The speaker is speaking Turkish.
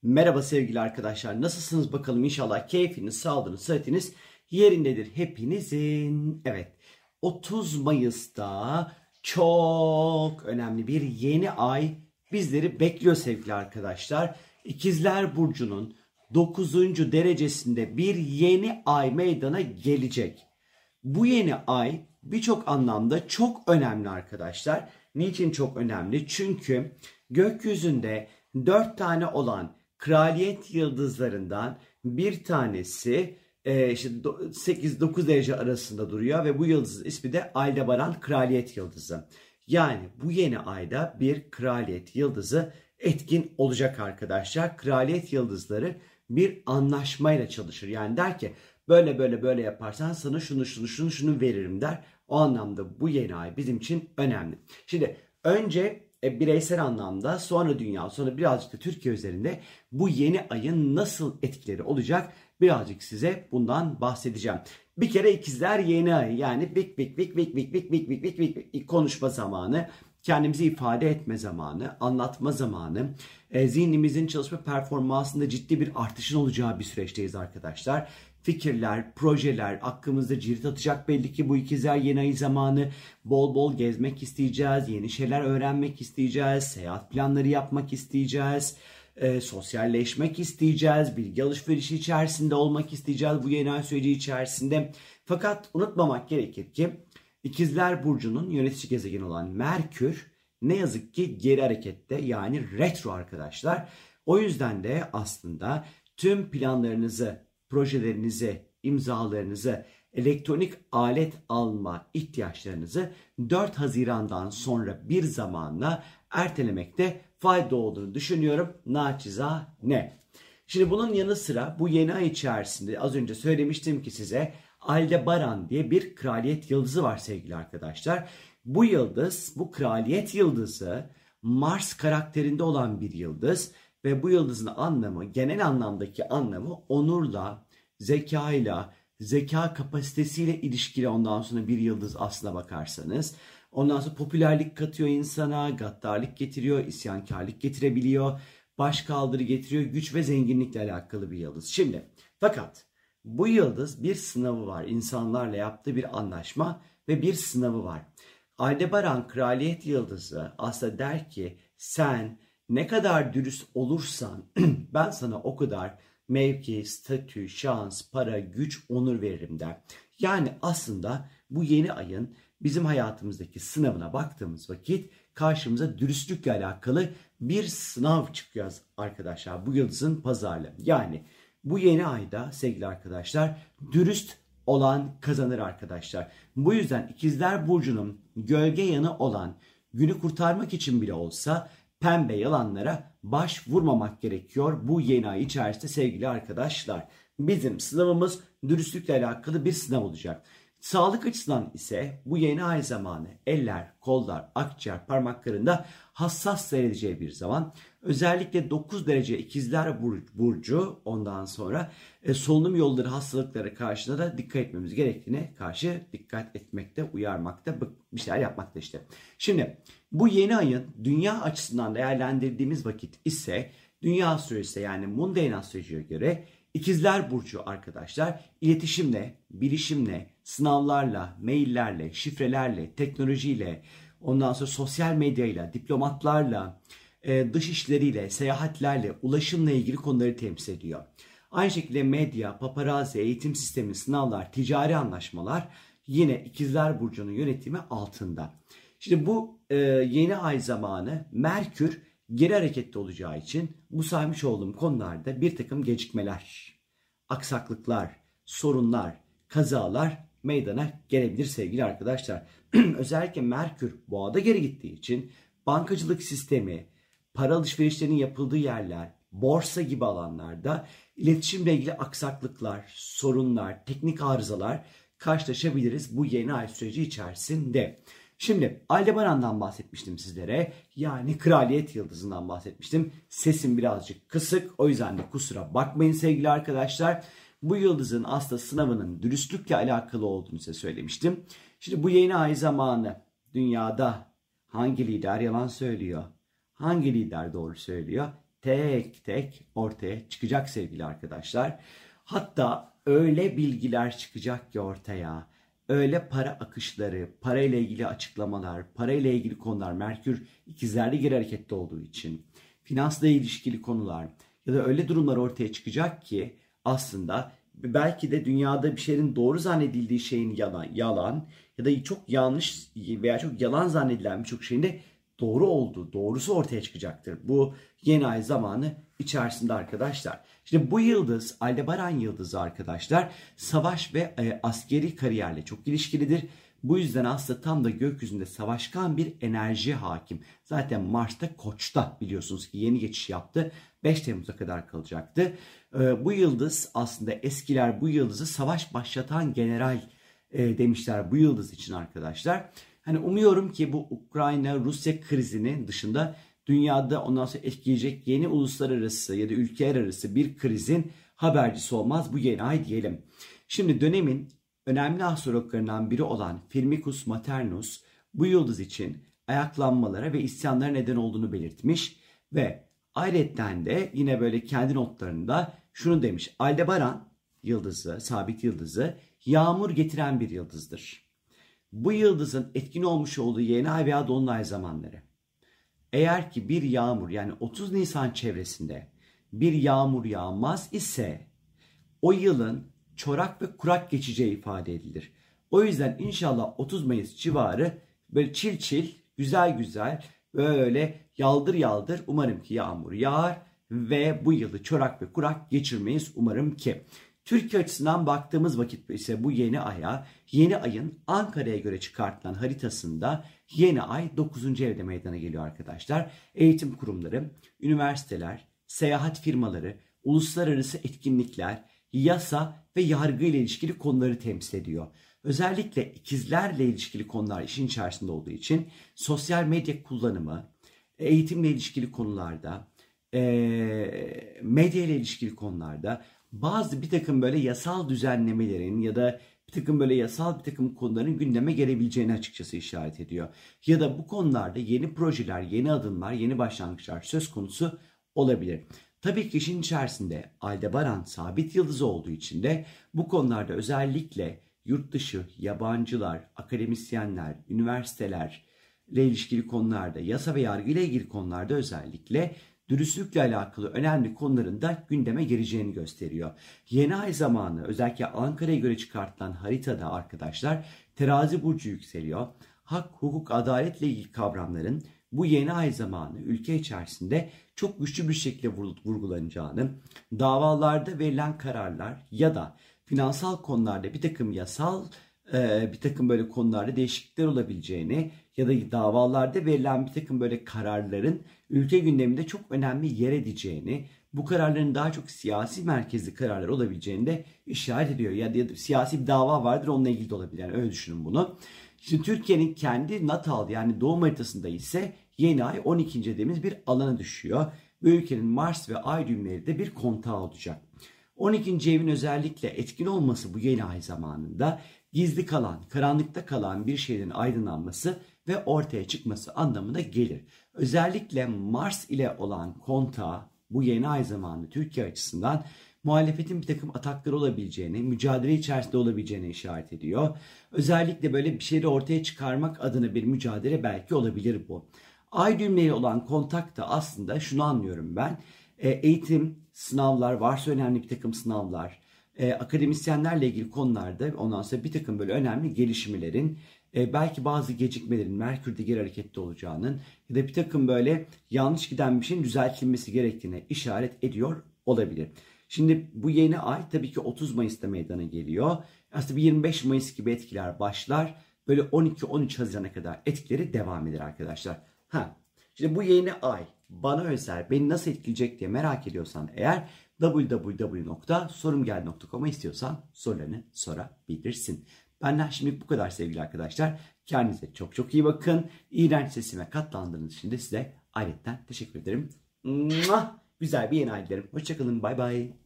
Merhaba sevgili arkadaşlar. Nasılsınız bakalım? İnşallah keyfiniz, sağlığınız, sıhhatiniz yerindedir hepinizin. Evet, 30 Mayıs'ta çok önemli bir yeni ay bizleri bekliyor sevgili arkadaşlar. İkizler Burcu'nun 9. derecesinde bir yeni ay meydana gelecek. Bu yeni ay birçok anlamda çok önemli arkadaşlar. Niçin çok önemli? Çünkü gökyüzünde 4 tane olan kraliyet yıldızlarından bir tanesi işte 8-9 derece arasında duruyor ve bu yıldızın ismi de Aldebaran kraliyet yıldızı. Yani bu yeni ayda bir kraliyet yıldızı etkin olacak arkadaşlar. Kraliyet yıldızları bir anlaşmayla çalışır. Yani der ki böyle yaparsan sana şunu veririm der. O anlamda bu yeni ay bizim için önemli. Şimdi önce bireysel anlamda, sonra dünya, sonra birazcık da Türkiye üzerinde bu yeni ayın nasıl etkileri olacak birazcık size bundan bahsedeceğim. Bir kere ikizler yeni ay, yani bik konuşma zamanı, kendimizi ifade etme zamanı, anlatma zamanı, zihnimizin çalışma performansında ciddi bir artışın olacağı bir süreçteyiz arkadaşlar. Fikirler, projeler aklımızda cirit atacak belli ki bu ikizler yeni ay zamanı. Bol bol gezmek isteyeceğiz, yeni şeyler öğrenmek isteyeceğiz, seyahat planları yapmak isteyeceğiz, sosyalleşmek isteyeceğiz, bilgi alışverişi içerisinde olmak isteyeceğiz bu yeni ay süreci içerisinde. Fakat unutmamak gerekir ki İkizler Burcu'nun yönetici gezegeni olan Merkür ne yazık ki geri harekette, yani retro arkadaşlar. O yüzden de aslında tüm planlarınızı, projelerinizi, imzalarınızı, elektronik alet alma ihtiyaçlarınızı 4 Haziran'dan sonra bir zamanla ertelemekte fayda olduğunu düşünüyorum. Naçizane. Şimdi bunun yanı sıra bu yeni ay içerisinde az önce söylemiştim ki size Aldebaran diye bir kraliyet yıldızı var sevgili arkadaşlar. Bu yıldız, bu kraliyet yıldızı Mars karakterinde olan bir yıldız ve bu yıldızın anlamı, genel anlamdaki anlamı onurla, zekayla, zeka kapasitesiyle ilişkili ondan sonra bir yıldız aslına bakarsanız. Ondan sonra popülerlik katıyor insana, gaddarlık getiriyor, isyankarlık getirebiliyor, başkaldırı getiriyor, güç ve zenginlikle alakalı bir yıldız. Şimdi fakat bu yıldız bir sınavı var. İnsanlarla yaptığı bir anlaşma ve bir sınavı var. Aldebaran kraliyet yıldızı aslında der ki sen ne kadar dürüst olursan ben sana o kadar mevki, statü, şans, para, güç, onur veririm der. Yani aslında bu yeni ayın bizim hayatımızdaki sınavına baktığımız vakit karşımıza dürüstlükle alakalı bir sınav çıkıyor arkadaşlar. Bu yıldızın pazarlığı. Yani bu yeni ayda sevgili arkadaşlar dürüst olan kazanır arkadaşlar. Bu yüzden İkizler Burcu'nun gölge yanı olan günü kurtarmak için bile olsa pembe yalanlara baş vurmamak gerekiyor bu yeni ay içerisinde sevgili arkadaşlar. Bizim sınavımız dürüstlükle alakalı bir sınav olacak. Sağlık açısından ise bu yeni ay zamanı eller, kollar, akciğer, parmaklarında hassas seyredeceği bir zaman. Özellikle 9 derece İkizler Burcu ondan sonra solunum yolları hastalıkları karşısında da dikkat etmemiz gerektiğine karşı dikkat etmekte, uyarmakta, bir şeyler yapmakta işte. Şimdi bu yeni ayın dünya açısından değerlendirdiğimiz vakit ise dünya astrolojisi yani mundane astrolojiye göre İkizler Burcu arkadaşlar iletişimle, bilişimle, sınavlarla, maillerle, şifrelerle, teknolojiyle, ondan sonra sosyal medyayla, diplomatlarla, dış işleriyle, seyahatlerle, ulaşımla ilgili konuları temsil ediyor. Aynı şekilde medya, paparazzi, eğitim sistemi, sınavlar, ticari anlaşmalar yine İkizler Burcu'nun yönetimi altında. Şimdi bu yeni ay zamanı Merkür geri hareketli olacağı için bu saymış olduğum konularda bir takım gecikmeler, aksaklıklar, sorunlar, kazalar meydana gelebilir sevgili arkadaşlar. Özellikle Merkür Boğa'da geri gittiği için bankacılık sistemi, para alışverişlerinin yapıldığı yerler, borsa gibi alanlarda iletişimle ilgili aksaklıklar, sorunlar, teknik arızalar karşılaşabiliriz bu yeni ay süreci içerisinde. Şimdi Aldebaran'dan bahsetmiştim sizlere. Yani kraliyet yıldızından bahsetmiştim. Sesim birazcık kısık. O yüzden de kusura bakmayın sevgili arkadaşlar. Bu yıldızın aslında sınavının dürüstlükle alakalı olduğunu size söylemiştim. Şimdi bu yeni ay zamanı dünyada hangi lider yalan söylüyor? Hangi lider doğru söylüyor? tek tek ortaya çıkacak sevgili arkadaşlar. Hatta öyle bilgiler çıkacak ki ortaya, öyle para akışları, para ile ilgili açıklamalar, para ile ilgili konular, Merkür ikizlerle geri harekette olduğu için, finansla ilişkili konular ya da öyle durumlar ortaya çıkacak ki aslında belki de dünyada bir şeyin doğru zannedildiği şeyin yalan ya da çok yanlış veya çok yalan zannedilen birçok şeyin de doğru olduğu, doğrusu ortaya çıkacaktır. Bu yeni ay zamanı içerisinde arkadaşlar. Şimdi bu yıldız, Aldebaran yıldızı arkadaşlar, savaş ve askeri kariyerle çok ilişkilidir. Bu yüzden aslında tam da gökyüzünde savaşkan bir enerji hakim. Zaten Mars'ta Koç'ta biliyorsunuz ki yeni geçiş yaptı. 5 Temmuz'a kadar kalacaktı. Bu yıldız aslında eskiler bu yıldızı savaş başlatan general demişler bu yıldız için arkadaşlar. Hani umuyorum ki bu Ukrayna-Rusya krizinin dışında dünyada ondan sonra etkileyecek yeni uluslararası ya da ülkeler arası bir krizin habercisi olmaz bu yeni ay diyelim. Şimdi dönemin önemli astrologlarından biri olan Firmicus Maternus bu yıldız için ayaklanmalara ve isyanlara neden olduğunu belirtmiş ve ayrıca de yine böyle kendi notlarında şunu demiş: Aldebaran yıldızı, sabit yıldızı yağmur getiren bir yıldızdır. Bu yıldızın etkin olmuş olduğu yeni ay veya dolunay zamanları, eğer ki bir yağmur, yani 30 Nisan çevresinde bir yağmur yağmaz ise o yılın çorak ve kurak geçeceği ifade edilir. O yüzden inşallah 30 Mayıs civarı böyle çil çil, güzel güzel, böyle yaldır yaldır umarım ki yağmur yağar ve bu yılı çorak ve kurak geçirmeyiz umarım ki. Türkiye açısından baktığımız vakit ise bu yeni aya, yeni ayın Ankara'ya göre çıkartılan haritasında yeni ay 9. evde meydana geliyor arkadaşlar. Eğitim kurumları, üniversiteler, seyahat firmaları, uluslararası etkinlikler, yasa ve yargı ile ilişkili konuları temsil ediyor. Özellikle ikizlerle ilişkili konular işin içerisinde olduğu için sosyal medya kullanımı, eğitimle ilişkili konularda, medya ile ilişkili konularda bazı bir takım böyle yasal düzenlemelerin ya da bir takım böyle yasal bir takım konuların gündeme gelebileceğini açıkçası işaret ediyor. Ya da bu konularda yeni projeler, yeni adımlar, yeni başlangıçlar söz konusu olabilir. Tabii ki işin içerisinde Aldebaran sabit yıldızı olduğu için de bu konularda özellikle yurt dışı, yabancılar, akademisyenler, üniversitelerle ilişkili konularda, yasa ve yargı ile ilgili konularda özellikle dürüstlükle alakalı önemli konuların da gündeme geleceğini gösteriyor. Yeni ay zamanı özellikle Ankara'ya göre çıkartılan haritada arkadaşlar terazi burcu yükseliyor. Hak, hukuk, adaletle ilgili kavramların bu yeni ay zamanı ülke içerisinde çok güçlü bir şekilde vurgulanacağını, davalarda verilen kararlar ya da finansal konularda bir takım yasal bir takım böyle konularda değişiklikler olabileceğini ya da davalarda verilen bir takım böyle kararların ülke gündeminde çok önemli yer edeceğini, bu kararların daha çok siyasi merkezli kararlar olabileceğini de işaret ediyor. Ya da siyasi bir dava vardır, onunla ilgili de olabilir. Yani öyle düşünün bunu. Şimdi Türkiye'nin kendi natal yani doğum haritasında ise yeni ay 12. dediğimiz bir alana düşüyor. Ve ülkenin Mars ve Ay düğümleri de bir kontağı olacak. 12. evin özellikle etkin olması bu yeni ay zamanında gizli kalan, karanlıkta kalan bir şeylerin aydınlanması ve ortaya çıkması anlamına gelir. Özellikle Mars ile olan kontağı bu yeni ay zamanı Türkiye açısından muhalefetin bir takım atakları olabileceğini, mücadele içerisinde olabileceğini işaret ediyor. Özellikle böyle bir şeyleri ortaya çıkarmak adına bir mücadele belki olabilir bu. Ay düğümleri olan kontak da aslında şunu anlıyorum ben. Eğitim, sınavlar, varsa önemli bir takım sınavlar, akademisyenlerle ilgili konularda ondan sonra bir takım böyle önemli gelişmelerin, belki bazı gecikmelerin Merkür'de geri harekette olacağının ya da bir takım böyle yanlış giden bir şeyin düzeltilmesi gerektiğine işaret ediyor olabilir. Şimdi bu yeni ay tabii ki 30 Mayıs'ta meydana geliyor. Aslında bir 25 Mayıs gibi etkiler başlar. Böyle 12-13 Haziran'a kadar etkileri devam eder arkadaşlar. Şimdi bu yeni ay bana özel, beni nasıl etkileyecek diye merak ediyorsan eğer www.sorumgel.com'a istiyorsan sorularını sorabilirsin. Benden şimdi bu kadar sevgili arkadaşlar. Kendinize çok çok iyi bakın. İğrenç sesime katlandığınız için de size ayrıca teşekkür ederim. Güzel bir yeni ay dilerim. Hoşçakalın. Bay bay.